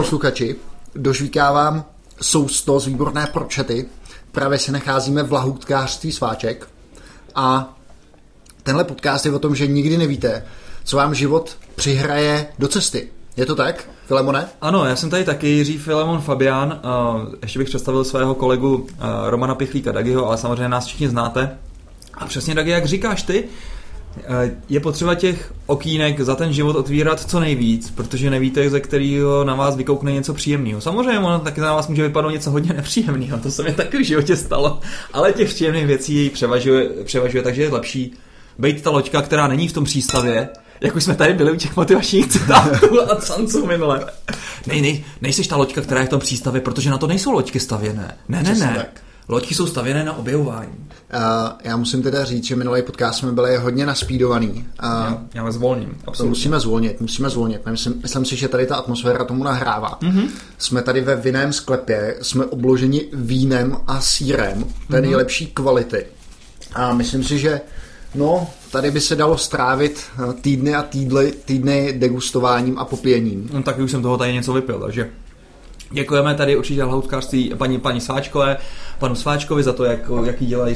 posluchači, dožvíkávám sousto z výborné pročety. Právě se nacházíme v lahůdkářství Sváček a tenhle podcast je o tom, že nikdy nevíte, co vám život přihraje do cesty. Je to tak, Filemone? Ano, já jsem tady taky Jiří Filemon Fabián. Ještě bych představil svého kolegu Romana Pichlíka Dagiho, ale samozřejmě nás všichni znáte. A přesně, Dagi, jak říkáš ty, je potřeba těch okýnek za ten život otvírat co nejvíc, protože nevíte, ze kterého na vás vykoukne něco příjemného. Samozřejmě ono taky na vás může vypadnout něco hodně nepříjemného, to se mi taky v životě stalo, ale těch příjemných věcí převažuje, takže je lepší být ta loďka, která není v tom přístavě, jak už jsme tady byli u těch motivačních citátů a canců minule. Nejseš ta loďka, která je v tom přístavě, protože na to nejsou loďky stavěné. Ne. Tak. Loďky jsou stavěné na objevování. Já musím teda říct, že minulý podcast jsme byli hodně naspídovaný. Já zvolním. Musíme zvolnit. Myslím si, že tady ta atmosféra tomu nahrává. Mm-hmm. Jsme tady ve vinném sklepě, jsme obloženi vínem a sýrem té nejlepší kvality. A myslím si, že tady by se dalo strávit týdny a týdny degustováním a popěním. No tak už jsem toho tady něco vypil, takže děkujeme tady určitě lahůdkářství paní Sváčkové, panu Sváčkovi za to, jaký dělají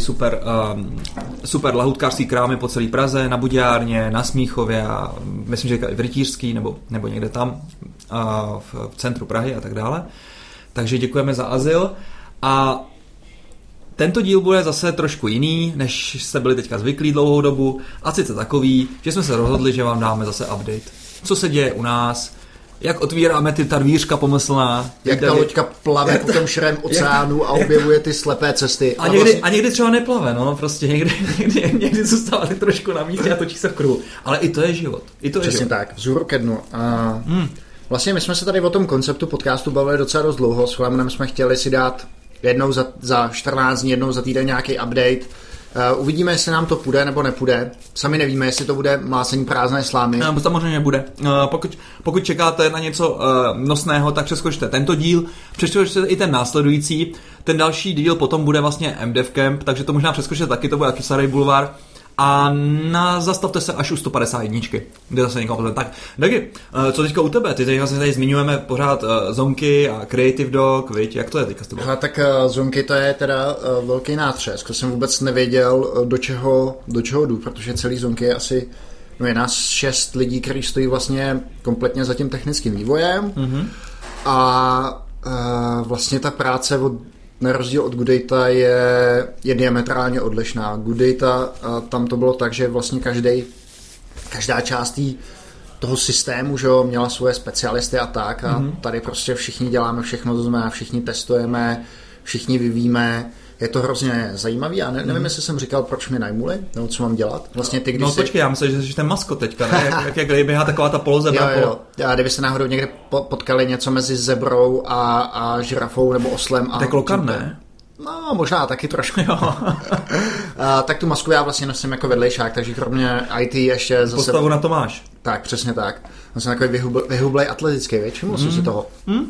super lahůdkářství krámy po celé Praze, na Budějárně, na Smíchově a myslím, že v Rytířský nebo někde tam v centru Prahy a tak dále. Takže děkujeme za azyl a tento díl bude zase trošku jiný, než jste byli teďka zvyklí dlouhou dobu, a sice takový, že jsme se rozhodli, že vám dáme zase update. Co se děje u nás, jak otvíráme ty tarvířka pomyslná. Jak ta loďka plave po tom širém oceánu a objevuje ty slepé cesty. A někdy třeba neplave, prostě někdy zůstává trošku na místě a točí se v kruhu. Ale i to je život. Přesně tak, vzhůru ke dnu. Vlastně my jsme se tady o tom konceptu podcastu bavili docela dost dlouho. S Filemonem jsme chtěli si dát jednou za 14 dní, jednou za týden nějaký update. Uvidíme, jestli nám to půjde nebo nepůjde. Sami nevíme, jestli to bude mlásení prázdné slámy. Samozřejmě bude. Pokud čekáte na něco nosného, tak přeskočte tento díl, přeskočte i ten následující. Ten další díl potom bude vlastně MDev Camp, takže to možná přeskočte taky, to bude taky starý bulvár. A zastavte se až u 151, kde zase někam pozvat. Tak, Dagi, co teďka u tebe? Ty tady zmiňujeme pořád Zonky a Creative Dog, viď? Jak to je teďka s tebou? Tak Zonky to je teda velký nátřesk. To jsem vůbec nevěděl, do čeho jdu, protože celý Zonky je asi, je nás 6 lidí, kteří stojí vlastně kompletně za tím technickým vývojem. Mm-hmm. A vlastně ta práce na rozdíl od Goodata je diametrálně odlišná. Goodata, tam to bylo tak, že vlastně každá část toho systému, že jo, měla svoje specialisty a tak a tady prostě všichni děláme všechno, to znamená všichni testujeme, všichni vyvíjíme. Je to hrozně zajímavý a nevím, jestli jsem říkal, proč mě najmuli, nebo co mám dělat. Vlastně ty, když počkej, já myslím, že jsi ten maskot teďka, ne? Jak běhá taková ta polozebra. Jo. A kdyby se náhodou někde potkali něco mezi zebrou a žirafou nebo oslem. To je klokan, ne? No, možná taky trošku. Tak tu masku já vlastně nosím jako vedlejšák, takže kromě IT ještě zase... Postavu na to máš. Tak, přesně tak. Jsem takový vyhublej atletický, většinou si toho.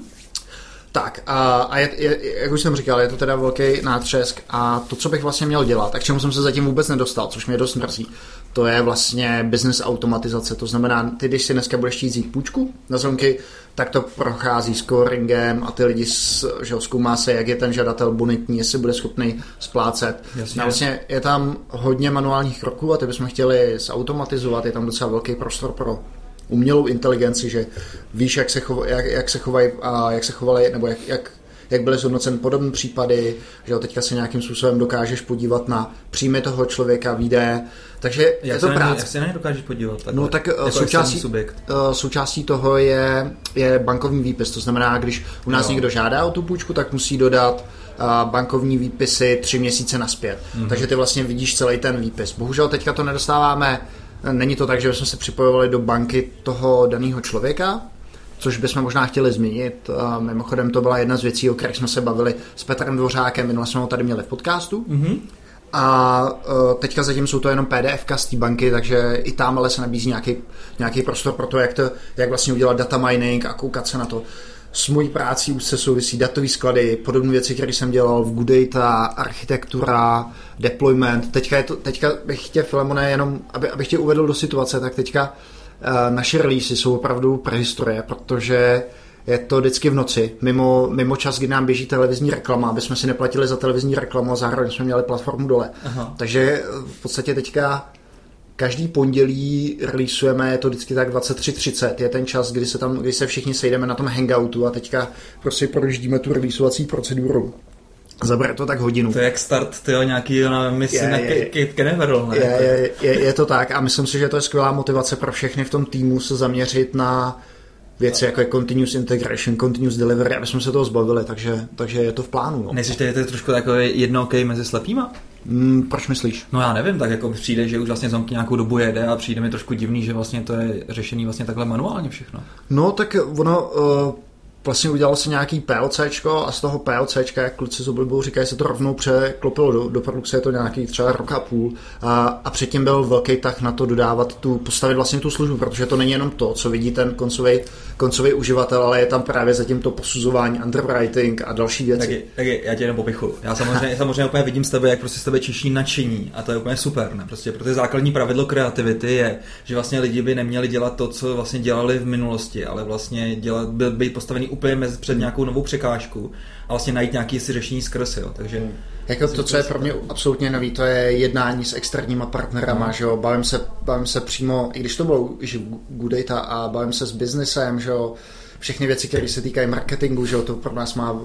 Tak a jak už jsem říkal, je to teda velký nátřesk a to, co bych vlastně měl dělat a k čemu jsem se zatím vůbec nedostal, což mě dost mrzí, to je vlastně business automatizace. To znamená, ty, když si dneska budeš chtít vzít půjčku na Zonky, tak to prochází scoringem a ty lidi zkoumá se, jak je ten žadatel bonitní, jestli bude schopný splácet. Jasně. A vlastně je tam hodně manuálních kroků a ty bychom chtěli zautomatizovat, je tam docela velký prostor pro umělou inteligenci, že víš, jak se chovají a jak se chovali, nebo jak byly zhodnocen podobné případy, že teďka se nějakým způsobem dokážeš podívat na příjmy toho člověka, výdaje, takže je to práce. Jak se na ně dokážeš podívat? Takhle, no tak jako součástí toho je bankovní výpis, to znamená, když u nás někdo žádá o tu půjčku, tak musí dodat bankovní výpisy 3 měsíce nazpět. Takže ty vlastně vidíš celý ten výpis. Bohužel teďka to nedostáváme. Není to tak, že bychom se připojovali do banky toho daného člověka, což bychom možná chtěli změnit. Mimochodem to byla jedna z věcí, o kterých jsme se bavili s Petrem Dvořákem, minule jsme ho tady měli v podcastu. Mm-hmm. A teďka zatím jsou to jenom PDF-ka z té banky, takže i tam ale se nabízí nějaký prostor pro to, jak vlastně udělat data mining a koukat se na to. S mojí prácí už se souvisí datový sklady, podobné věci, které jsem dělal v Goodata, architektura, deployment. Teďka bych chtěl, Filemone, jenom, abych tě uvedl do situace, tak teďka naše releasy jsou opravdu prehistorie, protože Je to vždycky v noci, mimo čas, kdy nám běží televizní reklama, aby jsme si neplatili za televizní reklamu a zároveň jsme měli platformu dole. Aha. Takže v podstatě teďka každý pondělí releaseujeme, je to vždycky tak 23:30, je ten čas, kdy se všichni sejdeme na tom hangoutu a teďka prostě projíždíme tu releaseovací proceduru. Zabere to tak hodinu. To je jak start nějaký na misi na Cape Canaveral, ne? Je to tak a myslím si, že to je skvělá motivace pro všechny v tom týmu se zaměřit na věci jako je continuous integration, continuous delivery, aby jsme se toho zbavili, takže je to v plánu. No. Nejsiš tady trošku takový jednookej mezi slepýma? Proč myslíš? No já nevím, tak jako přijde, že už vlastně Zonky nějakou dobu jede a přijde mi trošku divný, že vlastně to je řešený vlastně takhle manuálně všechno. No tak ono vlastně udělalo se nějaký PLCčko a z toho PLCčka, jak kluci z oblibou říkají, se to rovnou překlopilo do produkce, je to nějaký třeba rok a půl a předtím byl velký tah na to postavit vlastně tu službu, protože to není jenom to, co vidí ten koncový uživatel, ale je tam právě zatím to posuzování, underwriting a další věci. Taky já tě jenom popichu. Já samozřejmě úplně vidím z tebe, jak prostě z tebe čiší nadšení a to je úplně super, ne? Prostě protože základní pravidlo kreativity je, že vlastně lidi by neměli dělat to, co vlastně dělali v minulosti, ale vlastně být postavený úplně před nějakou novou překážku a vlastně najít nějaké si řešení skrz, jo. Takže jako to, co je pro mě absolutně nový, to je jednání s externíma partnerama, že jo. Bavím se přímo, i když to bylo už Good Data a bavím se s biznesem, že jo. Všechny věci, které se týkají marketingu, že jo, to pro nás má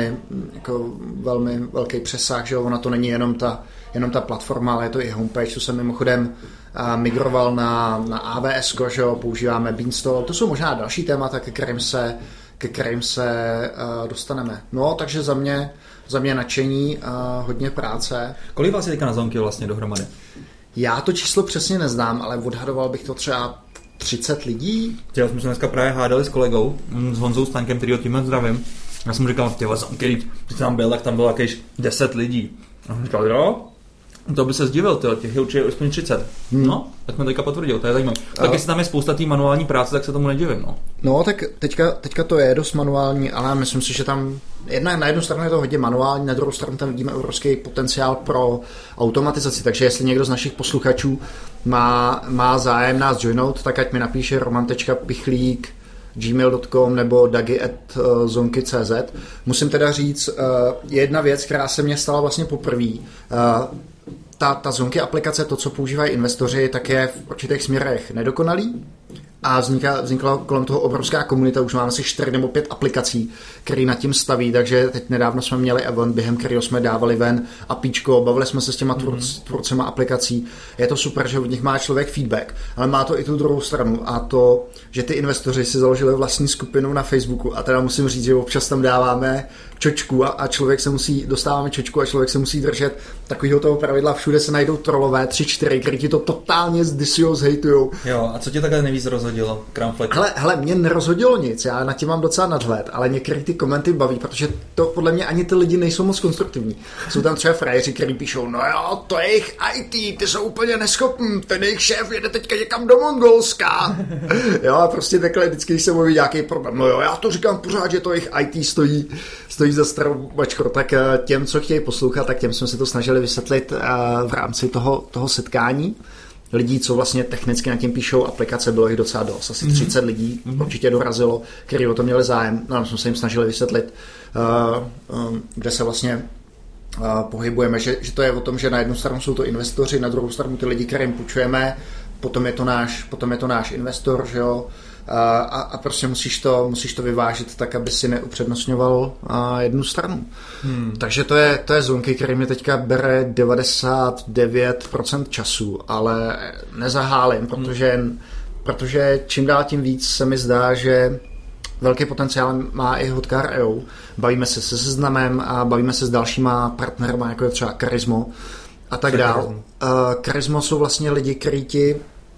velmi velký přesah, že jo. Ona to není jenom ta platforma, ale je to i homepage, to jsem mimochodem migroval na AWS, že jo, používáme Beanstalk, to jsou možná další témata, ke kterým se dostaneme. No, takže za mě nadšení, hodně práce. Kolik vás je teďka na Zonky vlastně dohromady? Já to číslo přesně neznám, ale odhadoval bych to třeba 30 lidí. Já jsme se dneska právě hádali s kolegou, s Honzou Stankem, kterýho tímhle zdravím. Já jsem říkal, Zonky, když tam byl, tak tam bylo jakých 10 lidí. A on říkal, jo? To by se zdivil, těch je určitě aspoň 30. No, tak jsme teďka potvrdil, to je zajímavé. Tak jestli tam je spousta té manuální práce, tak se tomu nedivím. No tak teďka to je dost manuální, ale myslím si, že tam na jednu stranu je to hodně manuální, na druhou stranu tam vidíme obrovský potenciál pro automatizaci, takže jestli někdo z našich posluchačů má zájem nás joinout, tak ať mi napíše roman.pichlík@gmail.com nebo dagi@zonky.cz. Musím teda říct, jedna věc, která se mně stala vlastně poprvé. Ta Zonky aplikace, to, co používají investoři, tak je v určitých směrech nedokonalý a vznikla kolem toho obrovská komunita, už máme asi 4 nebo 5 aplikací, které nad tím staví, takže teď nedávno jsme měli event, během kterého jsme dávali ven APIčko, bavili jsme se s těma tvůrcema aplikací. Je to super, že od nich má člověk feedback, ale má to i tu druhou stranu a to, že ty investoři si založili vlastní skupinu na Facebooku a teda musím říct, že občas tam dáváme čočku a dostáváme čočku a člověk se musí držet takového toho pravidla, všude se najdou trolové 3-4, kteří ti to totálně zdisujou, zhejtujou. Jo, a co tě takhle nejvíc rozhodilo? Hele, mě nerozhodilo nic, já na tím mám docela nadhled, ale některé ty komenty baví, protože to podle mě ani ty lidi nejsou moc konstruktivní. Jsou tam třeba frajeři, kteří píšou, no jo, to je jejich IT, ty jsou úplně neschopní, ten jejich šéf jede teďka někam do Mongolska. Jo, a prostě takhle vždycky, když se mluví nějaký problém, no jo, já to říkám pořád, že to jejich IT stojí za starou bačko, tak těm, co chtějí poslouchat, tak těm jsme se to snažili vysvětlit v rámci toho setkání. Lidí, co vlastně technicky na tím píšou aplikace, bylo jich docela dost. Asi 30 lidí určitě dorazilo, kteří o to měli zájem. No, jsme se jim snažili vysvětlit, kde se vlastně pohybujeme, že to je o tom, že na jednu stranu jsou to investoři, na druhou stranu ty lidi, kterým půjčujeme, potom je to náš investor, že jo? A prostě musíš to vyvážit tak, aby si neupřednostňoval jednu stranu. Takže to je Zonky, který mi teďka bere 99% času, ale nezahálím, protože čím dál tím víc se mi zdá, že velký potenciál má i Hotcar.io. Bavíme se se Seznamem a bavíme se s dalšíma partnerama, jako je třeba Charismo a tak dál. Charismo jsou vlastně lidi, kteří ti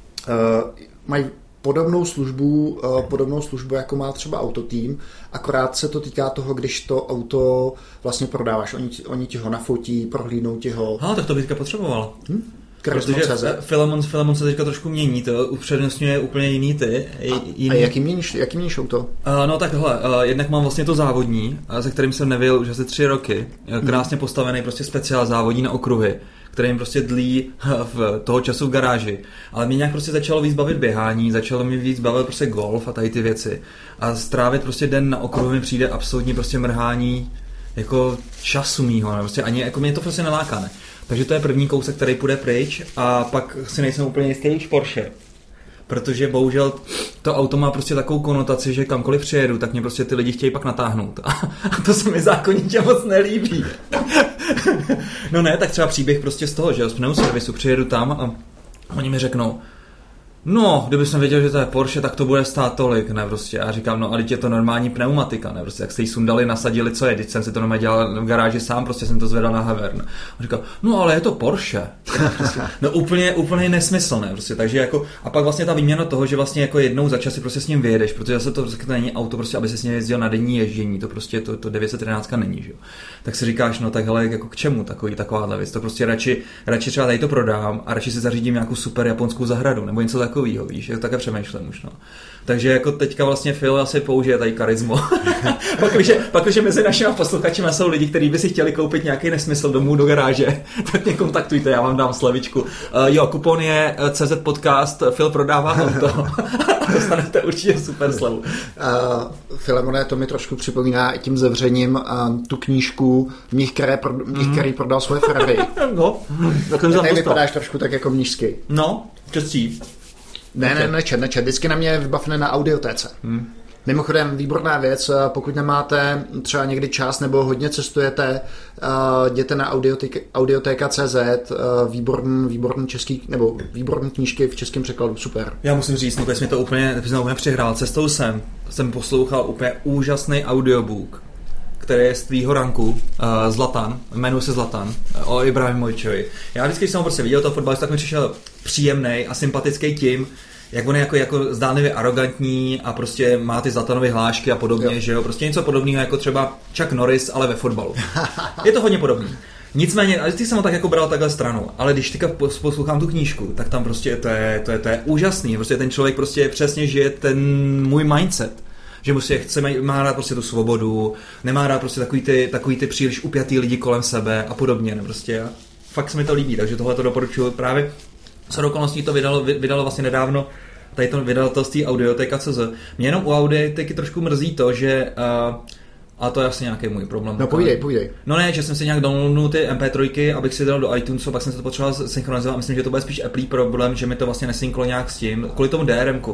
mají podobnou službu, jako má třeba Autotým, akorát se to týká toho, když to auto vlastně prodáváš. Oni ti ho nafotí, prohlídnou ti ho. Tak to bych teďka potřeboval. Protože Filemon se teďka trošku mění, to upřednostňuje úplně jiný ty. A jaký měníš auto? No takhle, jednak mám vlastně to závodní, se kterým jsem nevěděl už asi 3 roky, krásně postavený prostě speciál závodní na okruhy, který jim prostě dlí v toho času v garáži. Ale mě nějak prostě začalo víc bavit běhání, začalo mi víc bavit prostě golf a tady ty věci. A strávit prostě den na okruhu mi přijde absolutní prostě mrhání jako času mýho, ne? Prostě ani jako mě to prostě neláká, ne? Takže to je první kousek, který půjde pryč a pak si nejsem úplně jistý už Porsche. Protože bohužel to auto má prostě takovou konotaci, že kamkoliv přijedu, tak mě prostě ty lidi chtějí pak natáhnout. A to se mi zákonitě moc nelíbí. No ne, tak třeba příběh prostě z toho, že z pneuservisu přijedu tam a oni mi řeknou, no, kdyby jsem věděl, že to je Porsche, tak to bude stát tolik, ne, prostě. A říkám, no, ale je to normální pneumatika, ne, prostě, jak jste jí sundali, nasadili, co je, teď jsem si to normálně dělal v garáži sám, prostě jsem to zvedal na Havern. A říkal, no, ale je to Porsche. No, úplně nesmysl, ne, prostě, takže jako, a pak vlastně ta výměna toho, že vlastně jako jednou za čas si prostě s ním vyjedeš, protože zase to není auto, prostě, aby se s ním jezdil na denní ježdění, to prostě, to 911 není, že jo. Tak si říkáš, no, tak hele, jako k čemu takováhle věc, to prostě radši třeba tady to prodám a radši si zařídím nějakou super japonskou zahradu, nebo něco takovýho, víš, také přemýšlím už, no. Takže jako teďka vlastně Phil asi použije tady charismu. pak, když mezi našimi posluchači jsou lidi, kteří by si chtěli koupit nějaký nesmysl domů do garáže, tak mě kontaktujte, já vám dám slevičku. Jo, kupon je CZ Podcast, Phil prodává auto. Dostanete určitě super slevu. Filemone, to mi trošku připomíná i tím zavřením tu knížku Mních, který prodal svoje Ferrari. No, tak jsem Ty vypadáš trošku tak jako mnížsky. No, čestí. Nečet. Vždycky na mě vybavne na audiotéce. Mimochodem, výborná věc, pokud nemáte třeba někdy čas nebo hodně cestujete, jděte na audioteka.cz, výborný český, nebo výborný knížky v českém překladu, super. Já musím říct, no, teď mi to úplně přihrál. Cestou jsem poslouchal úplně úžasný audiobook, který je z tvýho ranku, Zlatan, jmenuje se Zlatan, o Ibrahimovičovi. Já vždycky, když jsem ho prostě viděl toho fotbalistu, tak mi přišel příjemnej a sympatický tím, jak on je jako zdánlivě arrogantní a prostě má ty Zlatanovy hlášky a podobně, jo. Že jo, prostě něco podobného jako třeba Chuck Norris, ale ve fotbalu. Je to hodně podobný. Nicméně, ale ty jsem ho tak jako bral takhle stranou, ale když teďka poslouchám tu knížku, tak tam prostě to je úžasný, prostě ten člověk prostě přesně žije ten můj mindset. Že prostě má rád prostě tu svobodu, nemá rád prostě takový ty příliš upjatý lidi kolem sebe a podobně, ne, prostě. Fakt se mi to líbí, takže tohle to doporučuji právě. Co okolností to vydalo vlastně nedávno, tady to vydavatelství Audioteka.cz. Mě jenom u Audioteky trošku mrzí to, že a to je asi nějaký můj problém. No povídej. No ne, že jsem si nějak downloadnul ty MP3, abych si dal do iTunesu, pak jsem se to potřeboval synchronizovat. Myslím, že to bude spíš Apple problém, že mi to vlastně nesynklo nějak s tím, kvůli tomu DRMku,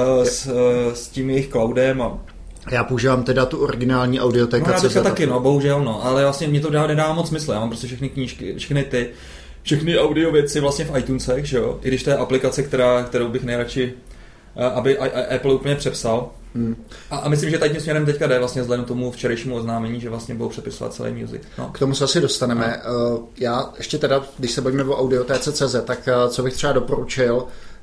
s tím jejich cloudem a... Já používám teda tu originální Audioteka.cz. No, taky, no, bohužel, no, ale vlastně mě to nedává moc smysl. Já mám prostě všechny knížky, všechny audio věci vlastně v iTunesech, že jo? I když to je aplikace, kterou bych nejradši, aby Apple úplně přepsal. A myslím, že tady směrem teďka jde vlastně vzhledem tomu včerejšímu oznámení, že vlastně budou přepisovat celý music. No. K tomu se asi dostaneme. No. Já ještě teda, když se bavíme o Audiotece.cz, tak co bych třeba doporučil,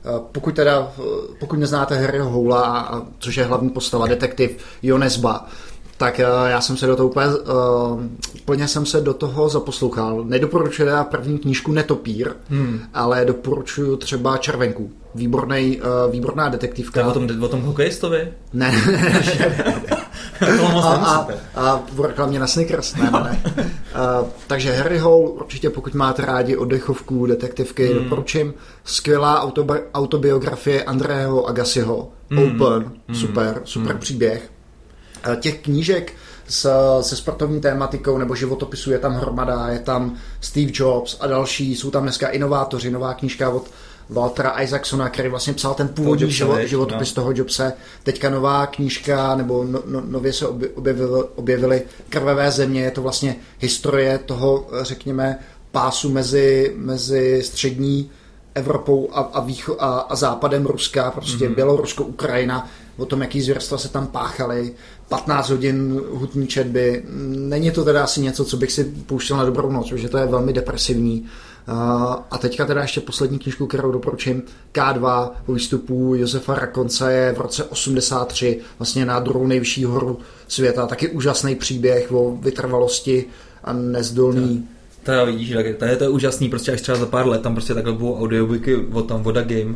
pokud neznáte Harryho Houla, což je hlavní postava, detektiv Jo Nesba, tak já jsem se do toho plně jsem se do toho zaposlouchal. Nedoporučuji první knížku Netopír, ale doporučuji třeba Červenku. Výborná detektivka. To je o tom hokejistovi? Ne. A v reklamě na Snickers. Ne. Takže Harry Hole, určitě pokud máte rádi oddechovku, detektivky, doporučím. Skvělá autobiografie Andreho Agassiho. Open. Super příběh. Těch knížek se sportovní tématikou nebo životopisu je tam hromada, je tam Steve Jobs a další, jsou tam dneska inovátoři, nová knížka od Waltera Isaacsona, který vlastně psal ten původní životopis toho Jobse. Teďka nová knížka, nebo nově se objevily Krvavé země, je to vlastně historie toho, řekněme, pásu mezi střední Evropou a západem Ruska, prostě Bělorusko, Ukrajina, o tom, jaký zvěrstva se tam páchaly, 15 hodin hutní četby. Není to teda asi něco, co bych si pouštěl na dobrou noc, protože to je velmi depresivní. A teďka teda ještě poslední knížku, kterou doporučím, K2 po výstupu Josefa Rakonce je v roce 83 vlastně na druhou nejvyšší horu světa. Taky úžasný příběh o vytrvalosti a nezdolný. To vidíš, to je úžasný, prostě až třeba za pár let tam prostě takhle budou audiobooky o tom Voda Game.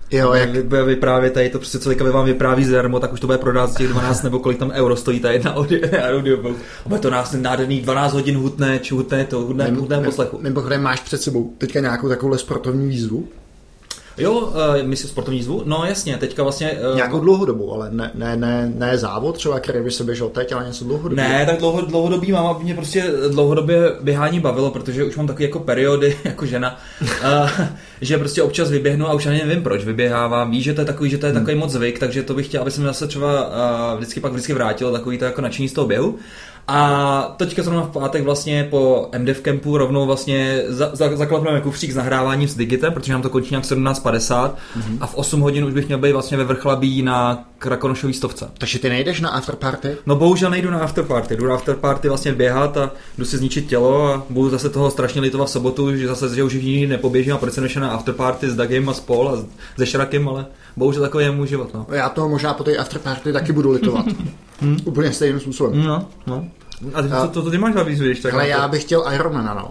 Jo, jak vyprávět tady to prostě, co teďka vám vypráví zdarmo, tak už to bude prodat z těch 12 nebo kolik tam euro stojí ta jedna audiobook. A bude to nás nádherný 12 hodin hutné poslechu. Mimochodem máš před sebou teďka nějakou takovou sportovní výzvu? Jo, myslím sportovní výzvu? No jasně, teďka vlastně... Nějakou dlouhodobou, ale ne závod třeba, který by se běžel teď, ale něco dlouhodobě. Ne, tak dlouhodobý mám, aby mě prostě dlouhodobě běhání bavilo, protože už mám takový jako periody, jako žena, že prostě občas vyběhnu a už ani nevím proč vyběhávám. Víš, že to je takový moc zvyk, takže to bych chtěl, aby se mi zase třeba vždycky vrátilo takový to jako nadšení z toho běhu. A teďka zrovna v pátek vlastně po MDF campu rovnou vlastně zaklapneme kufřík s nahráváním s Digitem, protože nám to končí nějak 17:50 a v 8 hodin už bych měl být vlastně ve Vrchlabí na Krakonošový 100. Takže ty nejdeš na afterparty? No bohužel nejdu na afterparty, jdu na afterparty vlastně běhat a jdu si zničit tělo a budu zase toho strašně litovat v sobotu, že už nikdy nepoběžím a proč jsem nešel na afterparty s Dagem a spol a se Šrakem, ale bohužel takový je můj život. No. Já toho možná po té afterparty taky budu litovat. Úplně stejným způsobem. No. A to ty máš za výzvy, když tak? Ale já bych chtěl Ironmana, no.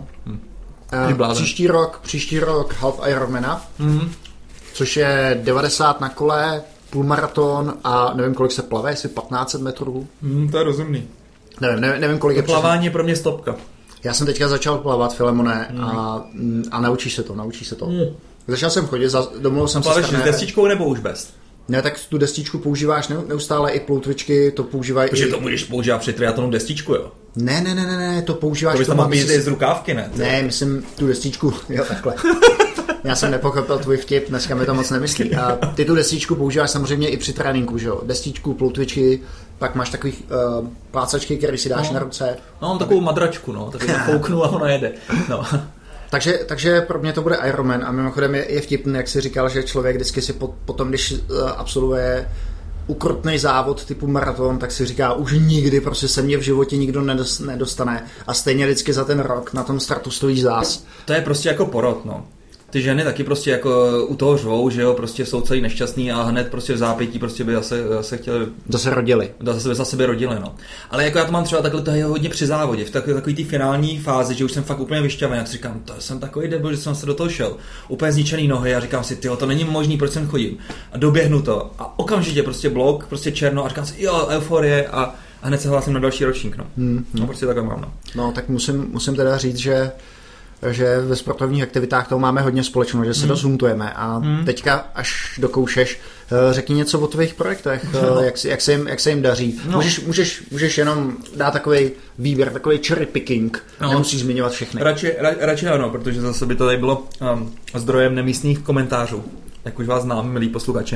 Příští rok half Ironmana, což je 90 na kole, půlmaraton a nevím, kolik se plave, jestli 1500 metrů. To je rozumný. Nevím, kolik to je plavání je pro mě stopka. Já jsem teďka začal plavat, Filemone, a naučíš se to. Začal jsem chodit, domluvil jsem se s trenérem. S destičkou nebo už bez? Ne, tak tu destičku používáš neustále, i ploutvičky to používají. Protože to budeš používat při triatlonu destičku, jo? Ne, to používáš. To bys tam mít z rukávky, ne? Ne, myslím tu destičku, jo, takhle. Já jsem nepochopil tvůj vtip, dneska mi to moc nemyslí. A ty tu destičku používáš samozřejmě i při tréninku, že jo? Destičku, ploutvičky, pak máš takových plácačky, které si dáš na ruce. No, mám takovou madračku, no, tak to fouknu a ona jede. No. Takže pro mě to bude Ironman a mimochodem je vtipný, jak jsi říkal, že člověk vždycky si potom, když absolvuje ukrutný závod typu maraton, tak si říká, už nikdy prostě se mě v životě nikdo nedostane a stejně vždycky za ten rok na tom startu stojí zás. To je prostě jako porod, no. Ty ženy taky prostě jako u toho řvou, že jo, prostě jsou celý nešťastný a hned prostě v zápětí prostě by zase chtěli... Zase rodili. Za sebe rodili, no. Ale jako já to mám třeba takhle, to je hodně při závodě, v takový té finální fázi, že už jsem fakt úplně vyšťavený, jak si říkám, to jsem takový debil, že jsem se do toho šel. Úplně zničený nohy a říkám si, tyjo, to není možný, proč sem chodím. A doběhnu to a okamžitě prostě blok, prostě černo a říkám si, jo, euforie a hned se hlásím na další ročník, no. No prostě takhle mám, no. No, tak musím teda říct, že ve sportovních aktivitách toho máme hodně společného, že se dost huntujeme a teďka, až dokoušeš, řekni něco o tvých projektech, jak se jim daří. No. Můžeš jenom dát takový výběr, takový cherry picking, nemusíš zmiňovat všechny. Radši ano, protože zase by to tady bylo zdrojem nemístných komentářů, jak už vás znám, milí posluchači,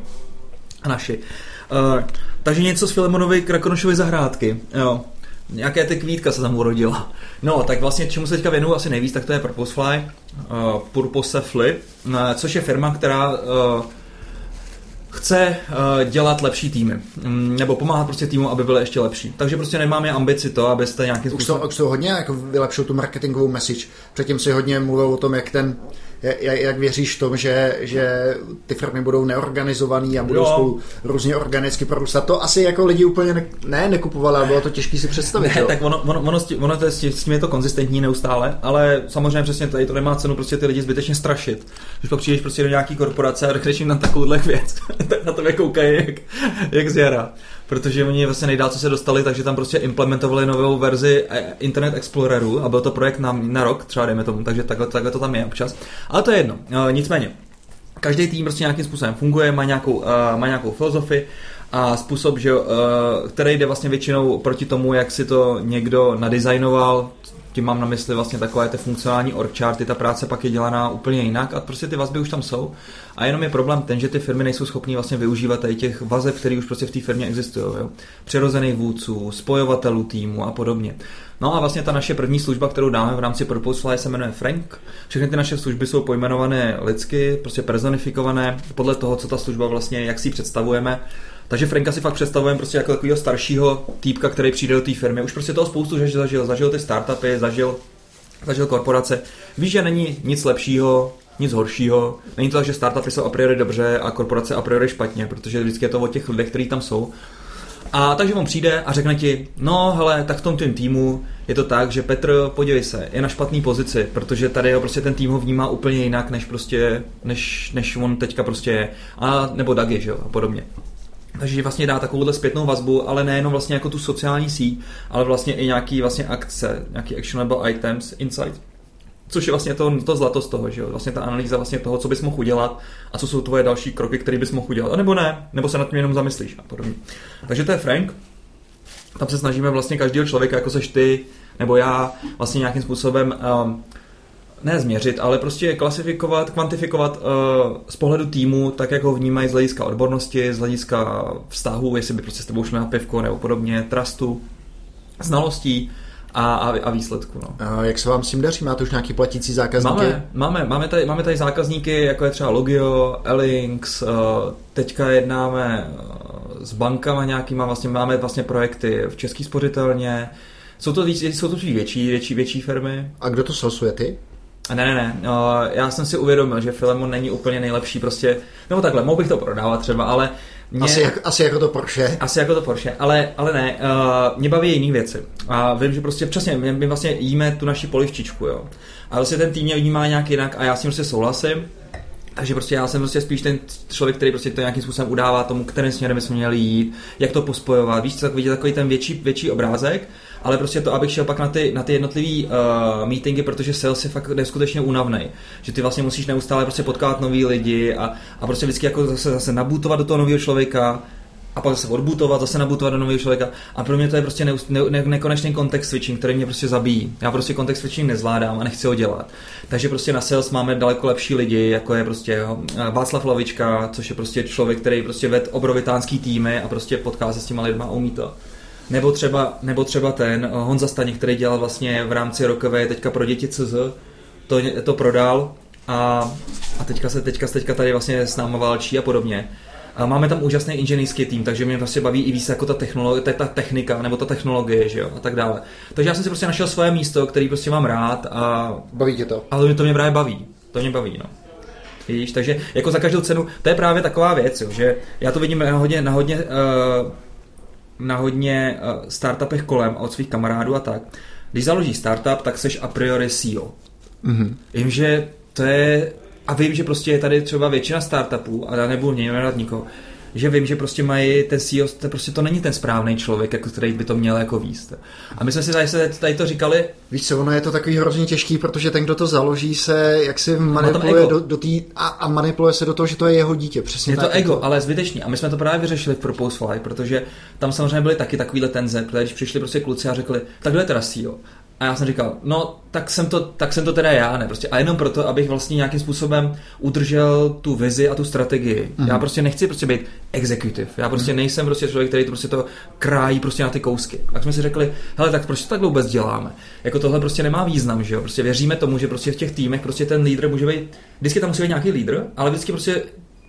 naši. Takže něco z Filemonovy Krakonošovy zahrádky, jo. Nějaké ty kvítka se tam urodila. No, tak vlastně čemu se teďka věnuju asi nejvíc, tak to je Purposefly, což je firma, která chce dělat lepší týmy. Nebo pomáhat prostě týmu, aby byly ještě lepší. Takže prostě nemáme ambici to, abyste nějakým způsobem... Už to hodně jako vylepšil tu marketingovou message. Předtím si hodně mluvil o tom, jak věříš v tom, že ty firmy budou neorganizovaný a budou spolu různě organicky porůstat. To asi jako lidi úplně nekupovali, ale bylo to těžké si představit. Ne, tak ono to je, s tím je to konzistentní neustále, ale samozřejmě přesně tady to nemá cenu prostě ty lidi zbytečně strašit. Když pak přijdeš prostě do nějaký korporace a řekneš jim na takovouhle věc, tak na tebe koukají jak z jara. Protože oni vlastně nejdál, co se dostali, takže tam prostě implementovali novou verzi Internet Exploreru a byl to projekt na rok, třeba dejme tomu, takže takhle to tam je občas. Ale to je jedno. Nicméně, každý tým prostě nějakým způsobem funguje, má nějakou filozofii a způsob, že, který jde vlastně většinou proti tomu, jak si to někdo nadizajnoval. Tím mám na mysli vlastně takové ty funkcionální org charty, ta práce pak je dělaná úplně jinak a prostě ty vazby už tam jsou. A jenom je problém ten, že ty firmy nejsou schopní vlastně využívat tady těch vazeb, které už prostě v té firmě existují. Jo? Přirozených vůdců, spojovatelů týmu a podobně. No a vlastně ta naše první služba, kterou dáme v rámci Purposefly, se jmenuje Frank. Všechny ty naše služby jsou pojmenované lidsky, prostě personifikované podle toho, co ta služba vlastně, jak si ji představujeme. Takže Franka si fakt představujeme prostě jako takového staršího týpka, který přijde do té firmy. Už prostě toho spoustu zažil ty startupy, zažil korporace. Víš, že není nic lepšího, nic horšího. Není to tak, že startupy jsou a priori dobře a korporace a priori špatně, protože vždycky je to o těch lidech, kteří tam jsou. A takže on přijde a řekne ti, no hele, tak v tom týmu je to tak, že Petr, podívej se, je na špatný pozici, protože tady prostě ten tým ho vnímá úplně jinak, než on teďka prostě je. A nebo Dagi, že jo, a podobně. Takže vlastně dá takovouhle zpětnou vazbu, ale nejenom vlastně jako tu sociální síť, ale vlastně i nějaký vlastně akce, nějaký actionable items, insight. Což je vlastně to zlato z toho, že jo? Vlastně ta analýza vlastně toho, co bys mohl udělat a co jsou tvoje další kroky, které bys mohl udělat. A nebo ne, nebo se nad tím jenom zamyslíš a podobně. Takže to je Frank. Tam se snažíme vlastně každého člověka, jako seš ty, nebo já, vlastně nějakým způsobem ne změřit, ale prostě klasifikovat, kvantifikovat z pohledu týmu, tak jak ho vnímají z hlediska odbornosti, z hlediska vztahu, jestli by prostě s tebou šli na pivko nebo podobně, trustu, znalostí a výsledku. No. Jak se vám s tím daří? Máte už nějaký platící zákazníky? Máme tady zákazníky, jako je třeba Logio, Elinx, teďka jednáme s bankama nějakýma, máme vlastně projekty v České spořitelně. Jsou to větší firmy. A kdo to salesuje, ty? Ne. Já jsem si uvědomil, že Filemon není úplně nejlepší prostě, nebo takhle, mohl bych to prodávat třeba, ale Asi jako to Porsche. Asi jako to Porsche, ale ne, mě baví jiný věci. A vím, že prostě přesně, my vlastně jíme tu naši polivčičku, jo. A vlastně ten tým mě vnímá nějak jinak a já s tím prostě souhlasím. Takže prostě já jsem prostě spíš ten člověk, který prostě to nějakým způsobem udává tomu, kterým směrem jsme měli jít, jak to pospojovat, víš co, vidět takový ten větší obrázek, ale prostě to, abych šel pak na ty jednotlivý meetingy, protože sales je fakt neskutečně únavnej, že ty vlastně musíš neustále prostě potkávat nový lidi a prostě vždycky jako zase nabutovat do toho nového člověka, a pak zase odbutovat, zase nabutovat do nového člověka. A pro mě to je prostě nekonečný context switching, který mě prostě zabíjí. Já prostě context switching nezvládám a nechci ho dělat. Takže prostě na sales máme daleko lepší lidi, jako je prostě Václav Lavička, což je prostě člověk, který prostě ved obrovitánský týmy a prostě potká se s těma lidma a umí to. Nebo třeba ten Honza Staněk, který dělal vlastně v rámci rokové teďka pro děti CZ, to prodal a teďka tady vlastně s náma válčí a podobně. Máme tam úžasný inženýrský tým, takže mě vlastně baví i víc jako ta technika nebo ta technologie, že jo, a tak dále. Takže já jsem si prostě našel svoje místo, který prostě mám rád a baví tě to. Ale to mě právě baví. To mě baví, no. Víš, takže jako za každou cenu, to je právě taková věc, jo, že já to vidím na hodně startupech kolem a od svých kamarádů a tak. Když založíš startup, tak seš a priori CEO. Mm-hmm. Vím, že to je. A vím, že prostě je tady třeba většina startupů, a já nebudu jmenovat nikoho, že vím, že prostě mají ten CEO, prostě to není ten správný člověk, jako který by to měl jako víst. A my jsme si tady to říkali. Víš co, ono je to takový hrozně těžký, protože ten, kdo to založí, se jaksi manipuluje do té a manipuluje se do toho, že to je jeho dítě. Přesně je to ego, ale zbytečný. A my jsme to právě vyřešili v Propose Fly, protože tam samozřejmě byly taky takovýhle tenze, protože když přišli prostě kluci a řekli, tak kdo je teda CEO? A já jsem říkal, no, tak jsem to teda já, ne, prostě. A jenom proto, abych vlastně nějakým způsobem udržel tu vizi a tu strategii. Mm. Já prostě nechci prostě být executive. Já prostě nejsem prostě člověk, který to prostě to krájí prostě na ty kousky. A tak jsme si řekli, hele, tak proč to takhle vůbec děláme? Jako tohle prostě nemá význam, že jo? Prostě věříme tomu, že prostě v těch týmech prostě ten lídr může být, vždycky tam musí být nějaký lídr, ale vždycky prostě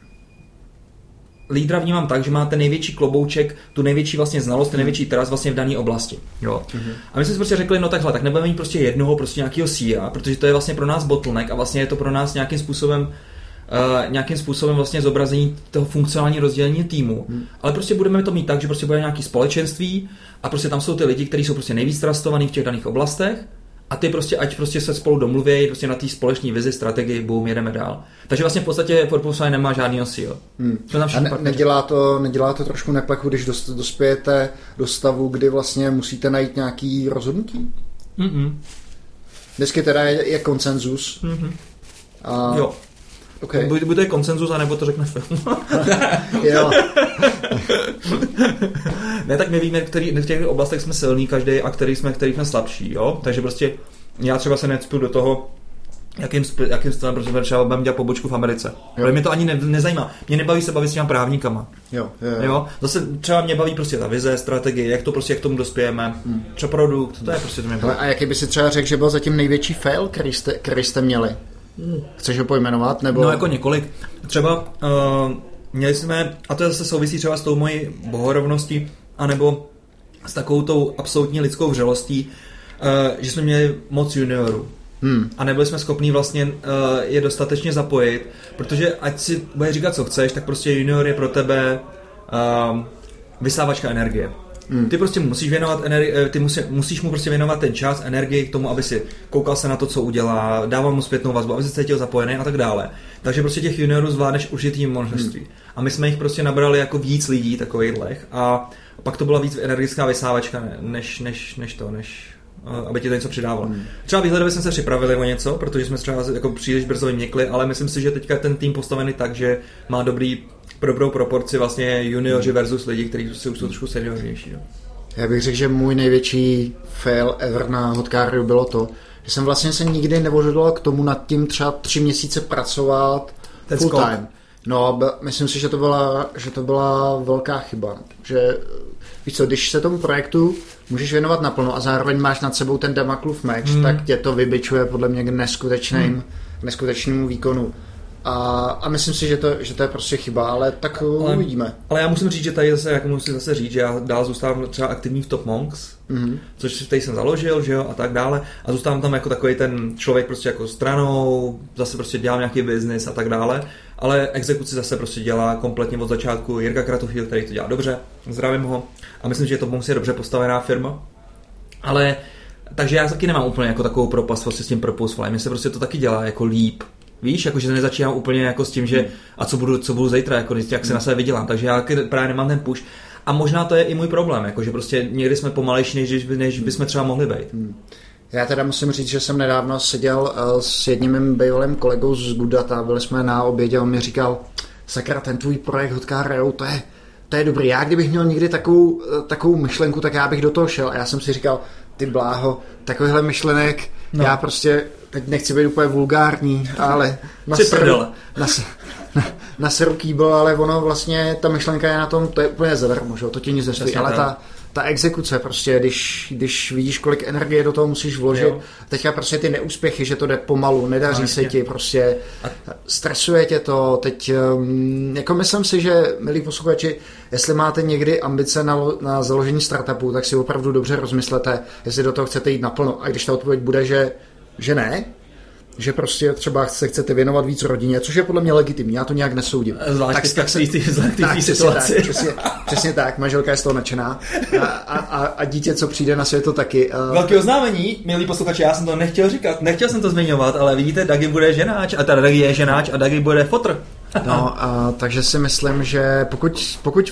lídra vnímám tak, že má ten největší klobouček, tu největší vlastně znalost, ten největší teras vlastně v dané oblasti. Jo. Mm-hmm. A my jsme si prostě řekli, no takhle, tak nebudeme mít prostě jednoho prostě nějakého CEO, protože to je vlastně pro nás bottleneck a vlastně je to pro nás nějakým způsobem vlastně zobrazení toho funkcionální rozdělení týmu. Ale prostě budeme to mít tak, že prostě bude nějaký společenství a prostě tam jsou ty lidi, kteří jsou prostě nejvíc trustovaní v těch daných oblastech. A ty prostě, ať prostě se spolu domluví prostě na té společné vizi, strategii, boom, jedeme dál. Takže vlastně v podstatě Purpose nemá žádný CEO. A nedělá to trošku neplechu, když dospějete do stavu, kdy vlastně musíte najít nějaký rozhodnutí? Vždycky teda je konsenzus. Jo. Okay. Buď to je konsenzus, anebo to řekne film. Jo. Ne, tak my víme, v těch oblastech jsme silní každý a který jsme slabší, jo? Takže prostě já třeba se necpu do toho, jakým stylem prostě třeba budeme dělat pobočku v Americe. Ale mě to ani nezajímá. Mě nebaví se bavit s těma právníkama. Jo. Zase třeba mě baví prostě ta vize, strategie, jak k tomu dospějeme, třeba produkt, to je prostě to mě baví. A jaký by si třeba řekl, že byl zatím největší fail, který jste měli? Chceš ho pojmenovat? Nebo... No jako několik. Třeba měli jsme, a to zase souvisí třeba s tou mojí bohorovností, anebo s takovou tou absolutní lidskou vřelostí, že jsme měli moc juniorů. A nebyli jsme schopní vlastně je dostatečně zapojit, protože ať si bude říkat, co chceš, tak prostě junior je pro tebe vysávačka energie. Ty prostě musíš věnovat musíš mu prostě věnovat ten čas, energii k tomu, aby si koukal se na to, co udělá, dával mu zpětnou vazbu, aby se cítil zapojený a tak dále. Takže prostě těch juniorů zvládneš určitý množství. A my jsme jich prostě nabrali jako víc lidí takovejhlech a pak to byla víc energická vysávačka, než aby ti to něco přidávalo. Třeba výhledově jsme se připravili o něco, protože jsme třeba jako příliš brzo vyměkli, ale myslím si, že teďka ten tým postavený tak, že má dobrou proporci vlastně junioři versus lidi, kteří jsou trošku seniornější. No. Já bych řekl, že můj největší fail ever na Hotcaru bylo to, že jsem vlastně se nikdy neodhodlal k tomu nad tím třeba 3 měsíce pracovat full time. No, myslím si, že to byla velká chyba. Že víš co, když se tomu projektu můžeš věnovat naplno a zároveň máš nad sebou ten Damoklův meč, tak tě to vybičuje podle mě k neskutečnému výkonu. A myslím si, že to je prostě chyba, ale tak uvidíme. Ale já musím říct, že tady zase, jako musím zase říct, že já dál zůstávám třeba aktivní v Top Monks, což tady jsem založil, že jo, a tak dále. A zůstávám tam jako takový ten člověk prostě jako stranou, zase prostě dělám nějaký biznis a tak dále. Ale exekuci zase prostě dělá kompletně od začátku Jirka Kratochvíl, který to dělá dobře, zdravím ho. A myslím, že Top Monks je dobře postavená firma. Ale takže já taky nemám úplně jako takovou propast vlastně s tím Purposeful. Mně se prostě to taky dělá jako líp. Víš, jakože nezačínám úplně jako s tím, že a co budu zítra, jako jak se na sebe vydělám, takže já právě nemám ten push. A možná to je i můj problém, jakože prostě někdy jsme pomalejší, než bychom třeba mohli být. Já teda musím říct, že jsem nedávno seděl s jedním mým bývalým kolegou z Goodata, byli jsme na obědě a on mi říkal, sakra, ten tvůj projekt Hotcar, to je dobrý, já kdybych měl někdy takovou myšlenku, tak já bych do toho šel. A já jsem si říkal, ty bláho, takovýhle myšlenek, já prostě, teď nechci být úplně vulgární, ale na seru kýbl, ale ono vlastně, ta myšlenka je na tom, to je úplně zadarmo, že? To ti nic nestojí, ale ta exekuce prostě, když vidíš, kolik energie do toho musíš vložit, teďka prostě ty neúspěchy, že to jde pomalu, nedaří se ti, prostě stresuje tě to, teď jako myslím si, že milí posluchači, jestli máte někdy ambice na založení startupu, tak si opravdu dobře rozmyslete, jestli do toho chcete jít naplno, a když ta odpověď bude, že ne, že prostě třeba se chcete věnovat víc rodině, což je podle mě legitimní, já to nějak nesoudím. Zvláště tak situaci. Přesně tak, manželka je z toho nadšená a dítě, co přijde na svět, to taky. Velké oznámení, milí posluchači, já jsem to nechtěl říkat, nechtěl jsem to zmiňovat, ale vidíte, Dagi bude ženáč, a teda Dagi je ženáč a Dagi bude fotr. No, takže si myslím, že pokud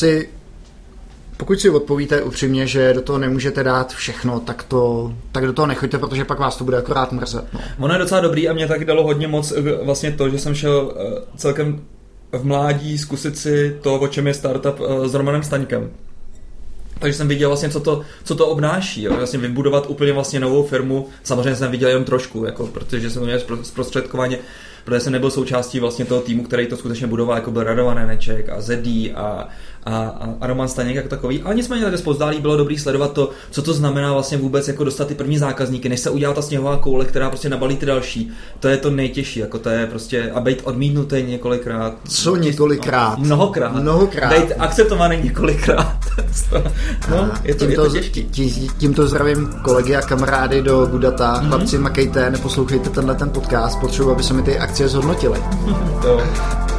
si odpovíte upřímně, že do toho nemůžete dát všechno, tak do toho nechoďte, protože pak vás to bude akorát mrzet. No. Ono je docela dobrý a mě taky dalo hodně moc vlastně to, že jsem šel celkem v mládí zkusit si to, o čem je startup s Romanem Staňkem. Takže jsem viděl vlastně, co to obnáší, jo? Vlastně vybudovat úplně vlastně novou firmu. Samozřejmě jsem viděl jen trošku, jako, protože jsem to měl zprostředkovaně, protože jsem nebyl součástí vlastně toho týmu, který to skutečně budoval, jako byl Radovan Neneček a Zedí a Roman Staněk jako takový. Ale nicméně takhle zpozdálí bylo dobrý sledovat to, co to znamená vlastně vůbec jako dostat ty první zákazníky, než se udělá ta sněhová koule, která prostě nabalí ty další. To je to nejtěžší, jako to je prostě a být odmítnutý několikrát. Co několikrát? Mnohokrát. Být akceptovaný několikrát. Je to těžký. Tímto zdravím kolegy a kamarády do Goodata. Chlapci, makejte, neposlouchejte ten podcast, potřebuji, aby se mi ty akcie zhodnotily.